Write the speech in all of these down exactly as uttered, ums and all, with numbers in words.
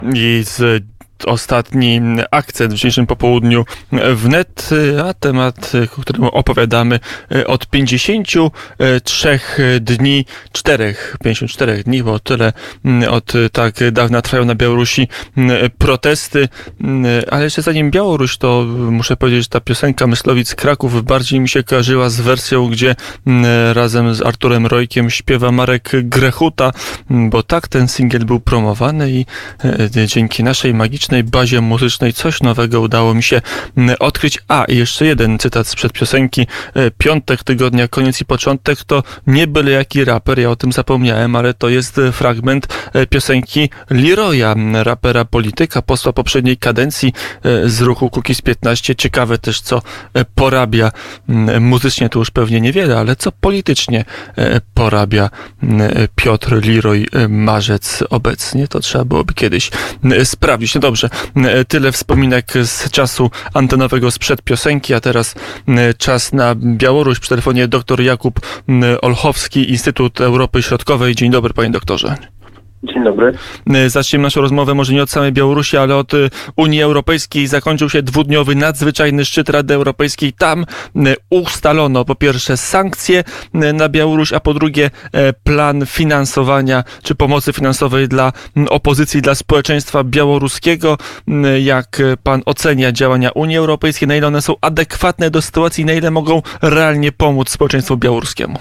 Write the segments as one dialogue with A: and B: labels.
A: I z ostatni akcent w dzisiejszym popołudniu wnet, a temat, o którym opowiadamy od pięćdziesięciu trzech dni, czterech, pięćdziesięciu czterech dni, bo tyle od tak dawna trwają na Białorusi protesty, ale jeszcze zanim Białoruś, to muszę powiedzieć, że ta piosenka Myslowic Kraków bardziej mi się kojarzyła z wersją, gdzie razem z Arturem Rojkiem śpiewa Marek Grechuta, bo tak ten singiel był promowany i dzięki naszej magicznej bazie muzycznej coś nowego udało mi się odkryć. A, i jeszcze jeden cytat sprzed piosenki. Piątek tygodnia, koniec i początek to nie byle jaki raper, ja o tym zapomniałem, ale to jest fragment piosenki Leroya, rapera polityka, posła poprzedniej kadencji z ruchu Kukiz piętnaście. Ciekawe też, co porabia muzycznie, to już pewnie niewiele, ale co politycznie porabia Piotr Leroy Marzec obecnie. To trzeba byłoby kiedyś sprawdzić. No dobrze, tyle wspominek z czasu antenowego sprzed piosenki, a teraz czas na Białoruś. Przy telefonie dr Jakub Olchowski, Instytut Europy Środkowej. Dzień dobry, panie doktorze.
B: Dzień dobry.
A: Zaczniemy naszą rozmowę może nie od samej Białorusi, ale od Unii Europejskiej. Zakończył się dwudniowy nadzwyczajny szczyt Rady Europejskiej. Tam ustalono po pierwsze sankcje na Białoruś, a po drugie plan finansowania czy pomocy finansowej dla opozycji, dla społeczeństwa białoruskiego. Jak pan ocenia działania Unii Europejskiej? Na ile one są adekwatne do sytuacji? Na ile mogą realnie pomóc społeczeństwu białoruskiemu?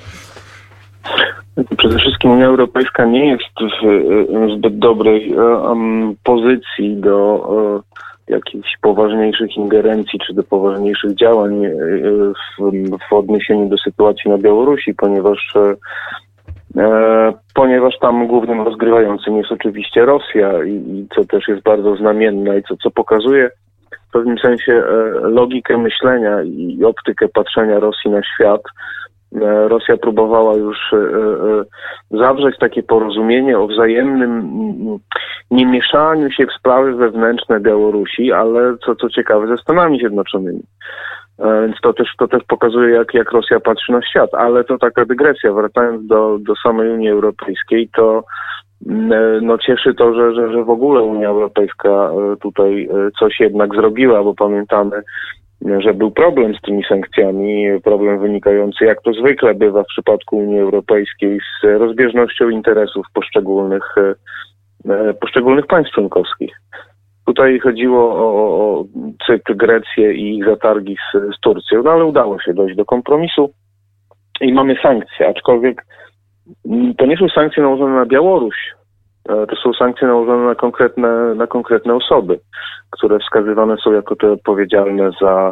B: Przede wszystkim Unia Europejska nie jest w zbyt dobrej um, pozycji do um, jakichś poważniejszych ingerencji czy do poważniejszych działań w, w odniesieniu do sytuacji na Białorusi, ponieważ e, ponieważ tam głównym rozgrywającym jest oczywiście Rosja i, i co też jest bardzo znamienne i co, co pokazuje w pewnym sensie e, logikę myślenia i optykę patrzenia Rosji na świat. Rosja próbowała już zawrzeć takie porozumienie o wzajemnym niemieszaniu się w sprawy wewnętrzne Białorusi, ale co, co ciekawe, ze Stanami Zjednoczonymi. Więc to też, to też pokazuje, jak, jak Rosja patrzy na świat. Ale to taka dygresja. Wracając do, do samej Unii Europejskiej, to no cieszy to, że, że, że w ogóle Unia Europejska tutaj coś jednak zrobiła, bo pamiętamy, że był problem z tymi sankcjami, problem wynikający, jak to zwykle bywa w przypadku Unii Europejskiej, z rozbieżnością interesów poszczególnych, poszczególnych państw członkowskich. Tutaj chodziło o, o Cypr, Grecję i ich zatargi z, z Turcją, no ale udało się dojść do kompromisu i mamy sankcje, aczkolwiek to nie są sankcje nałożone na Białoruś, to są sankcje nałożone na konkretne, na konkretne osoby, które wskazywane są jako te odpowiedzialne za,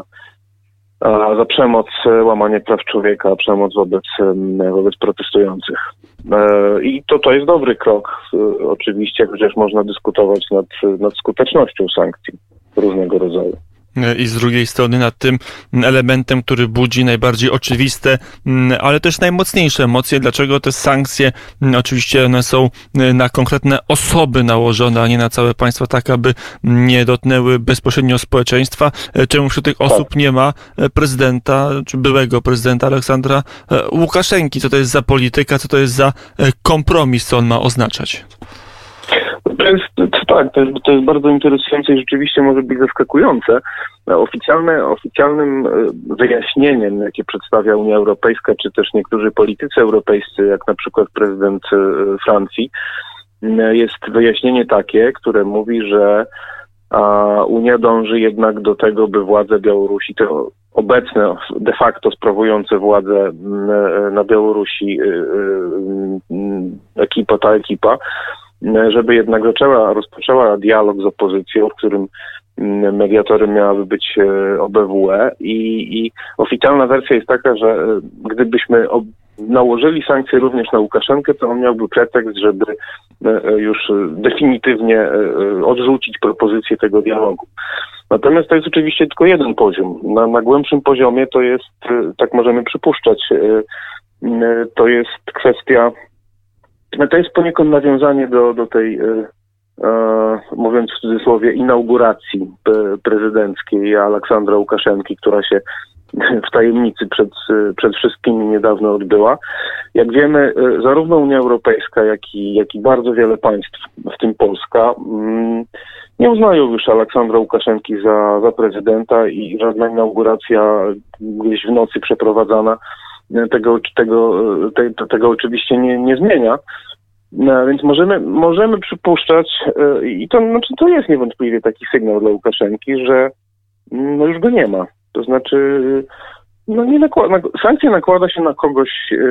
B: za przemoc, łamanie praw człowieka, przemoc wobec, wobec protestujących. I to, to jest dobry krok, oczywiście, chociaż można dyskutować nad, nad skutecznością sankcji różnego rodzaju.
A: I z drugiej strony nad tym elementem, który budzi najbardziej oczywiste, ale też najmocniejsze emocje. Dlaczego te sankcje, oczywiście one są na konkretne osoby nałożone, a nie na całe państwo, tak aby nie dotknęły bezpośrednio społeczeństwa. Czemu wśród tych osób nie ma prezydenta, czy byłego prezydenta Aleksandra Łukaszenki? Co to jest za polityka, co to jest za kompromis, co on ma oznaczać?
B: To jest, tak, to jest, to jest bardzo interesujące i rzeczywiście może być zaskakujące. Oficjalne, oficjalnym wyjaśnieniem, jakie przedstawia Unia Europejska, czy też niektórzy politycy europejscy, jak na przykład prezydent Francji, jest wyjaśnienie takie, które mówi, że Unia dąży jednak do tego, by władze Białorusi, te obecne, de facto sprawujące władzę na Białorusi, ekipa, ta ekipa, żeby jednak zaczęła, rozpoczęła dialog z opozycją, w którym mediatorem miałaby być O B W E i, i oficjalna wersja jest taka, że gdybyśmy ob- nałożyli sankcje również na Łukaszenkę, to on miałby pretekst, żeby już definitywnie odrzucić propozycję tego dialogu. Natomiast to jest oczywiście tylko jeden poziom. Na, na głębszym poziomie to jest, tak możemy przypuszczać, to jest kwestia, to jest poniekąd nawiązanie do, do tej, e, mówiąc w cudzysłowie, inauguracji prezydenckiej Aleksandra Łukaszenki, która się w tajemnicy przed, przed wszystkimi niedawno odbyła. Jak wiemy, zarówno Unia Europejska, jak i, jak i bardzo wiele państw, w tym Polska, nie uznają już Aleksandra Łukaszenki za, za prezydenta i żadna inauguracja gdzieś w nocy przeprowadzana tego, tego, te, tego oczywiście nie, nie zmienia. No, więc możemy, możemy przypuszczać, i to, znaczy to jest niewątpliwie taki sygnał dla Łukaszenki, że no już go nie ma. To znaczy, no nie nakłada, sankcje nakłada się na kogoś,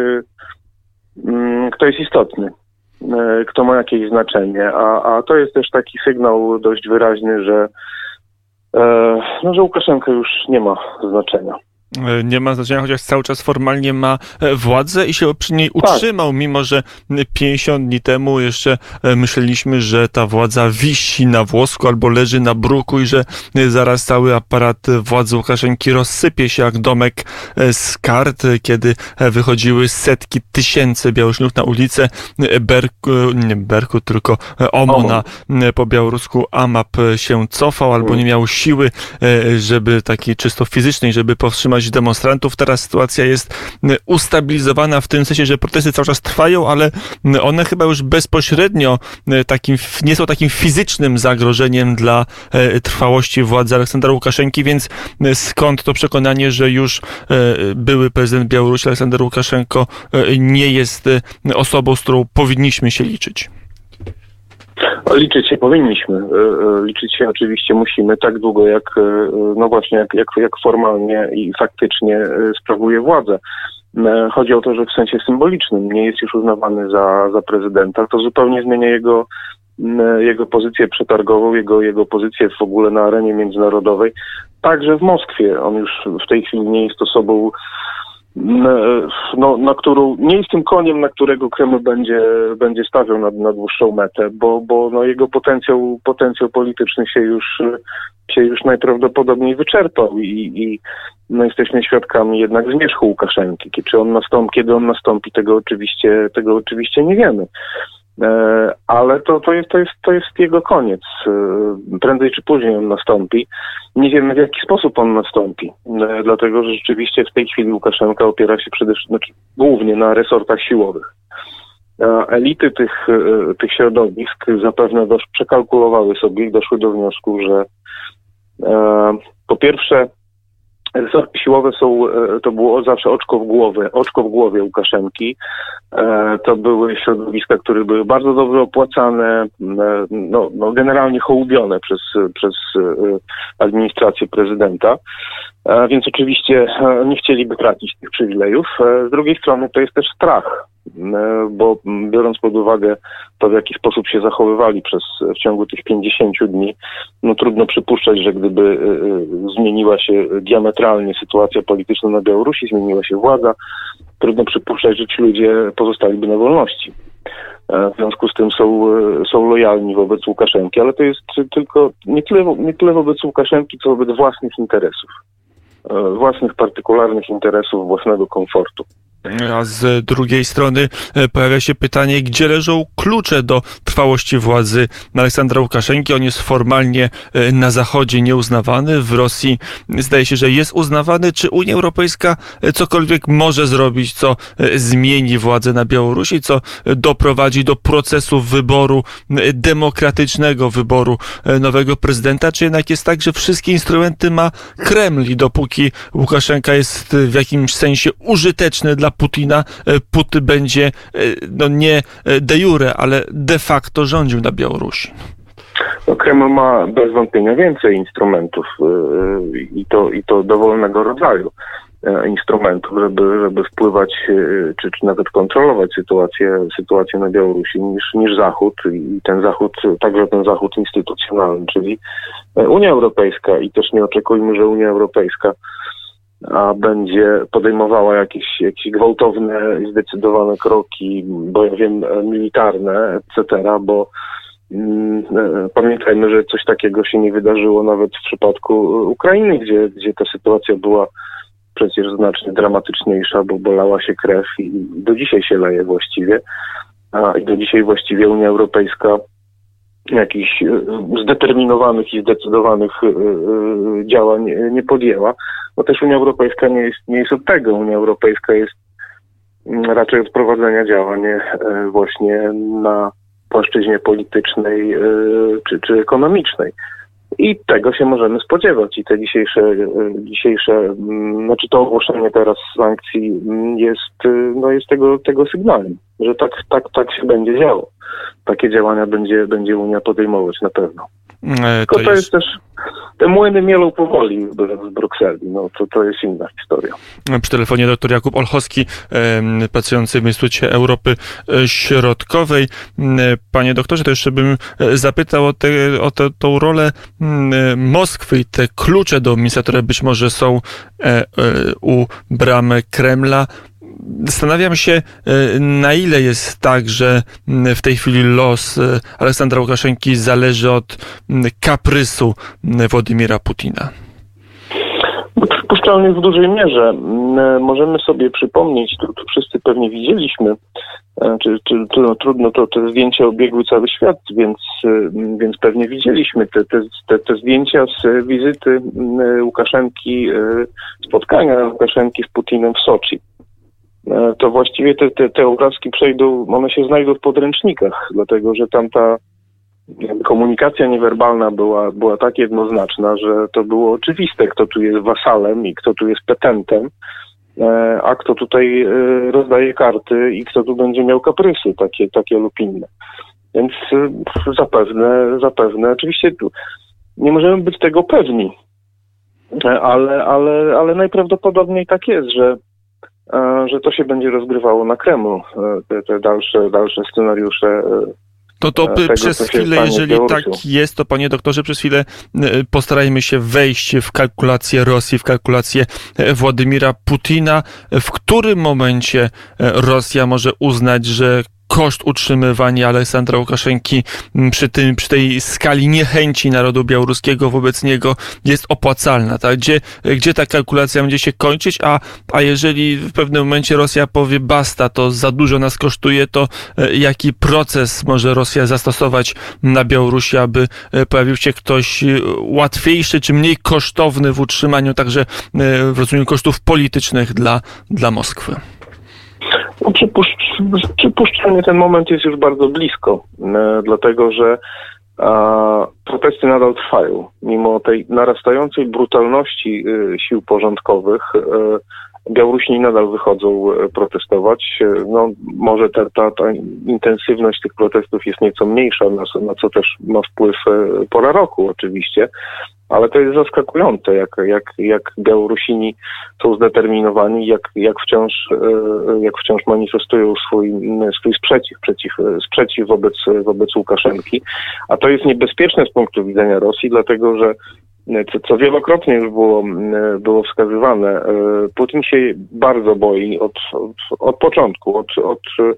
B: kto jest istotny, kto ma jakieś znaczenie, a, a to jest też taki sygnał dość wyraźny, że, no, że Łukaszenka już nie ma znaczenia.
A: Nie ma znaczenia, chociaż cały czas formalnie ma władzę i się przy niej utrzymał, tak. Mimo że pięćdziesiąt dni temu jeszcze myśleliśmy, że ta władza wisi na włosku albo leży na bruku i że zaraz cały aparat władzy Łukaszenki rozsypie się jak domek z kart, kiedy wychodziły setki tysięcy Białorusinów na ulicę. Berku, nie Berku, tylko O M O na, po białorusku A M A P się cofał albo nie miał siły, żeby takiej czysto fizycznej, żeby powstrzymać demonstrantów. Teraz sytuacja jest ustabilizowana w tym sensie, że protesty cały czas trwają, ale one chyba już bezpośrednio takim, nie są takim fizycznym zagrożeniem dla trwałości władzy Aleksandra Łukaszenki, więc skąd to przekonanie, że już były prezydent Białorusi Aleksander Łukaszenko nie jest osobą, z którą powinniśmy się liczyć?
B: Liczyć się powinniśmy. Liczyć się oczywiście musimy tak długo, jak no właśnie, jak, jak, jak formalnie i faktycznie sprawuje władzę. Chodzi o to, że w sensie symbolicznym nie jest już uznawany za, za prezydenta. To zupełnie zmienia jego, jego pozycję przetargową, jego, jego pozycję w ogóle na arenie międzynarodowej. Także w Moskwie. On już w tej chwili nie jest osobą, no, na którą, nie jest tym koniem, na którego Kreml będzie, będzie stawiał na, na dłuższą metę, bo, bo no, jego potencjał, potencjał polityczny się już, się już najprawdopodobniej wyczerpał i, i no, jesteśmy świadkami jednak zmierzchu Łukaszenki. Czy on nastąpi, kiedy on nastąpi, tego oczywiście, tego oczywiście nie wiemy. Ale to, to, jest, to, jest, to jest jego koniec. Prędzej czy później on nastąpi. Nie wiemy, w jaki sposób on nastąpi. Dlatego, że rzeczywiście w tej chwili Łukaszenka opiera się przede wszystkim, znaczy głównie na resortach siłowych. Elity tych, tych środowisk zapewne dosz, przekalkulowały sobie i doszły do wniosku, że e, po pierwsze resorty siłowe są, to było zawsze oczko w głowie, oczko w głowie Łukaszenki. To były środowiska, które były bardzo dobrze opłacane, no, no generalnie hołubione przez, przez administrację prezydenta. Więc oczywiście nie chcieliby tracić tych przywilejów. Z drugiej strony to jest też strach, bo biorąc pod uwagę to, w jaki sposób się zachowywali przez, w ciągu tych pięćdziesięciu dni, no trudno przypuszczać, że gdyby zmieniła się diametralnie sytuacja polityczna na Białorusi, zmieniła się władza, trudno przypuszczać, że ci ludzie pozostaliby na wolności. W związku z tym są, są lojalni wobec Łukaszenki, ale to jest tylko nie tyle, nie tyle wobec Łukaszenki, co wobec własnych interesów. Własnych partykularnych interesów, własnego komfortu.
A: A z drugiej strony pojawia się pytanie, gdzie leżą klucze do trwałości władzy Aleksandra Łukaszenki. On jest formalnie na Zachodzie nieuznawany, w Rosji zdaje się, że jest uznawany. Czy Unia Europejska cokolwiek może zrobić, co zmieni władzę na Białorusi, co doprowadzi do procesu wyboru, demokratycznego wyboru nowego prezydenta? Czy jednak jest tak, że wszystkie instrumenty ma Kreml i dopóki Łukaszenka jest w jakimś sensie użyteczny dla Putina, Putin będzie no nie de jure, ale de facto rządził na Białorusi.
B: No, Kreml ma bez wątpienia więcej instrumentów yy, i, to, i to dowolnego rodzaju yy, instrumentów, żeby, żeby wpływać yy, czy, czy nawet kontrolować sytuację, sytuację na Białorusi niż, niż Zachód i ten Zachód, także ten Zachód instytucjonalny, czyli Unia Europejska i też nie oczekujmy, że Unia Europejska a będzie podejmowała jakieś, jakieś gwałtowne i zdecydowane kroki, bo ja wiem, militarne, et cetera, bo mm, pamiętajmy, że coś takiego się nie wydarzyło nawet w przypadku Ukrainy, gdzie, gdzie ta sytuacja była przecież znacznie dramatyczniejsza, bo bolała się krew i do dzisiaj się leje właściwie, a i do dzisiaj właściwie Unia Europejska jakichś zdeterminowanych i zdecydowanych działań nie podjęła, bo też Unia Europejska nie jest, nie jest od tego. Unia Europejska jest raczej od prowadzenia działań właśnie na płaszczyźnie politycznej czy, czy ekonomicznej. I tego się możemy spodziewać. I te dzisiejsze, dzisiejsze, znaczy to ogłoszenie teraz sankcji jest, no jest tego, tego sygnałem, że tak, tak, tak się będzie działo. Takie działania będzie, będzie Unia podejmować na pewno.
A: E,
B: to,
A: to
B: to jest...
A: jest
B: też, te młyny mielą powoli z Brukseli, no to, to jest inna historia.
A: Przy telefonie dr Jakub Olchowski, pracujący w Instytucie Europy Środkowej. Panie doktorze, to jeszcze bym zapytał o, te, o te, tą rolę Moskwy i te klucze do miejsca, które być może są u bram Kremla. Zastanawiam się, na ile jest tak, że w tej chwili los Aleksandra Łukaszenki zależy od kaprysu Władimira Putina.
B: Przypuszczalnie w dużej mierze. Możemy sobie przypomnieć, tu, tu wszyscy pewnie widzieliśmy, czy, czy no, trudno, to te zdjęcia obiegły cały świat, więc, więc pewnie widzieliśmy te, te, te, te zdjęcia z wizyty Łukaszenki, spotkania Łukaszenki z Putinem w Soczi. To właściwie te, te, te obrazki przejdą, one się znajdą w podręcznikach, dlatego że tam ta komunikacja niewerbalna była, była tak jednoznaczna, że to było oczywiste, kto tu jest wasalem i kto tu jest petentem, a kto tutaj rozdaje karty i kto tu będzie miał kaprysy, takie, takie lub inne. Więc zapewne, zapewne, oczywiście tu nie możemy być tego pewni, ale, ale, ale najprawdopodobniej tak jest, że że to się będzie rozgrywało na Kremlu, te, te dalsze, dalsze scenariusze.
A: To to tego, przez chwilę, jeżeli tak jest, to panie doktorze, przez chwilę postarajmy się wejść w kalkulację Rosji, w kalkulację Władimira Putina. W którym momencie Rosja może uznać, że koszt utrzymywania Aleksandra Łukaszenki przy tym, przy tej skali niechęci narodu białoruskiego wobec niego jest opłacalna, tak? Gdzie, gdzie ta kalkulacja będzie się kończyć, a, a jeżeli w pewnym momencie Rosja powie basta, to za dużo nas kosztuje, to jaki proces może Rosja zastosować na Białorusi, aby pojawił się ktoś łatwiejszy czy mniej kosztowny w utrzymaniu także w rozumieniu kosztów politycznych dla, dla Moskwy?
B: No, przypuszcz, przypuszczalnie ten moment jest już bardzo blisko, e, dlatego że e, protesty nadal trwają. Mimo tej narastającej brutalności e, sił porządkowych, e, Białorusini nadal wychodzą protestować. No, może ta, ta, ta intensywność tych protestów jest nieco mniejsza, na, na co też ma wpływ pora roku oczywiście, ale to jest zaskakujące, jak, jak, jak Białorusini są zdeterminowani, jak, jak, wciąż, jak wciąż manifestują swój, swój sprzeciw, przeciw, sprzeciw wobec, wobec Łukaszenki. A to jest niebezpieczne z punktu widzenia Rosji, dlatego że Co, co wielokrotnie już było, było wskazywane, Putin się bardzo boi od, od, od początku, od, od,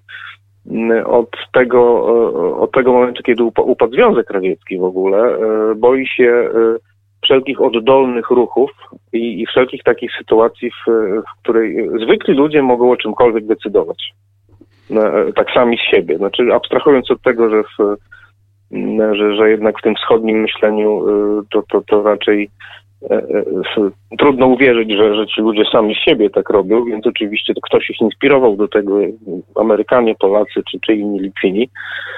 B: od, tego, od tego momentu, kiedy upadł Związek Radziecki w ogóle. Boi się wszelkich oddolnych ruchów i, i wszelkich takich sytuacji, w, w której zwykli ludzie mogą o czymkolwiek decydować. Tak sami z siebie. Znaczy, abstrahując od tego, że w Że, że jednak w tym wschodnim myśleniu to, to, to raczej e, e, trudno uwierzyć, że, że ci ludzie sami z siebie tak robią, więc oczywiście to ktoś ich inspirował do tego, Amerykanie, Polacy czy, czy inni Litwini.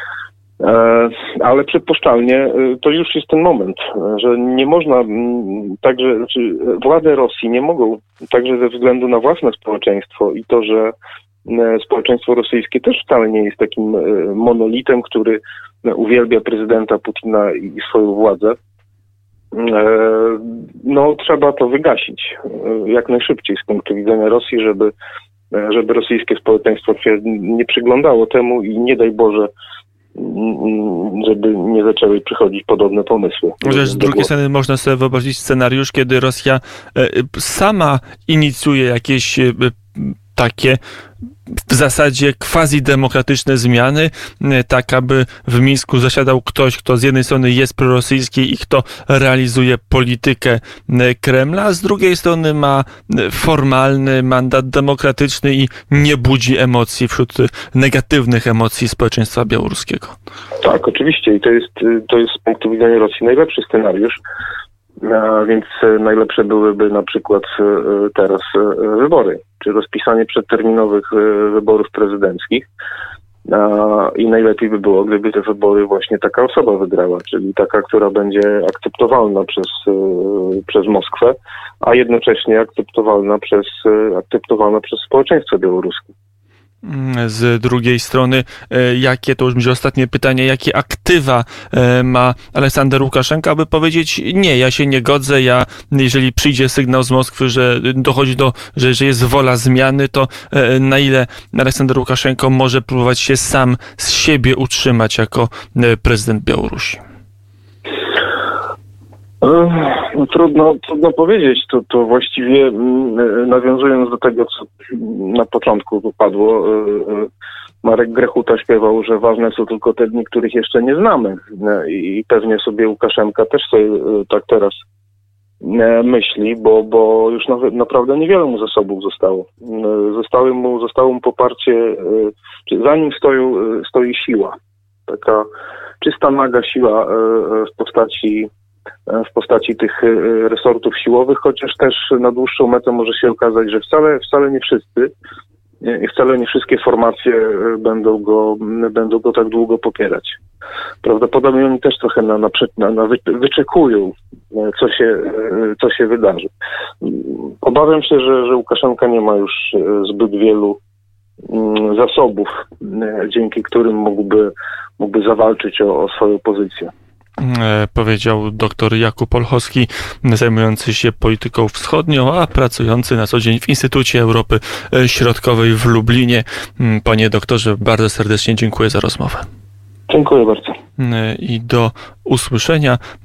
B: E, ale przypuszczalnie to już jest ten moment, że nie można, także znaczy władze Rosji nie mogą, także ze względu na własne społeczeństwo i to, że społeczeństwo rosyjskie też wcale nie jest takim monolitem, który uwielbia prezydenta Putina i swoją władzę. No, trzeba to wygasić jak najszybciej z punktu widzenia Rosji, żeby, żeby rosyjskie społeczeństwo się nie przyglądało temu i nie daj Boże, żeby nie zaczęły przychodzić podobne pomysły.
A: Może z drugiej strony można sobie wyobrazić scenariusz, kiedy Rosja sama inicjuje jakieś takie w zasadzie quasi-demokratyczne zmiany, tak aby w Mińsku zasiadał ktoś, kto z jednej strony jest prorosyjski i kto realizuje politykę Kremla, a z drugiej strony ma formalny mandat demokratyczny i nie budzi emocji wśród negatywnych emocji społeczeństwa białoruskiego.
B: Tak, oczywiście i to jest, to jest z punktu widzenia Rosji najlepszy scenariusz, a więc najlepsze byłyby na przykład teraz wybory, czy rozpisanie przedterminowych wyborów prezydenckich i najlepiej by było, gdyby te wybory właśnie taka osoba wygrała, czyli taka, która będzie akceptowalna przez, przez Moskwę, a jednocześnie akceptowalna przez, akceptowana przez społeczeństwo białoruskie.
A: Z drugiej strony, jakie, to już będzie ostatnie pytanie, jakie aktywa ma Aleksander Łukaszenka, aby powiedzieć nie, ja się nie godzę, ja, jeżeli przyjdzie sygnał z Moskwy, że dochodzi do, że, że jest wola zmiany, to na ile Aleksander Łukaszenko może próbować się sam z siebie utrzymać jako prezydent Białorusi?
B: No, trudno, trudno powiedzieć. To, to właściwie nawiązując do tego, co na początku padło, Marek Grechuta śpiewał, że ważne są tylko te dni, których jeszcze nie znamy. I pewnie sobie Łukaszenka też sobie tak teraz myśli, bo, bo już nawet naprawdę niewiele mu zasobów zostało. Zostały mu, zostało mu poparcie, czy za nim stoją, stoi siła. Taka czysta, naga siła w postaci w postaci tych resortów siłowych, chociaż też na dłuższą metę może się okazać, że wcale, wcale nie wszyscy i wcale nie wszystkie formacje będą go, będą go tak długo popierać. Prawdopodobnie oni też trochę na, na, na, na wyczekują, co się, co się wydarzy. Obawiam się, że, że Łukaszenka nie ma już zbyt wielu zasobów, dzięki którym mógłby, mógłby zawalczyć o, o swoją pozycję.
A: Powiedział dr Jakub Olchowski, zajmujący się polityką wschodnią, a pracujący na co dzień w Instytucie Europy Środkowej w Lublinie. Panie doktorze, bardzo serdecznie dziękuję za rozmowę.
B: Dziękuję bardzo.
A: I do usłyszenia.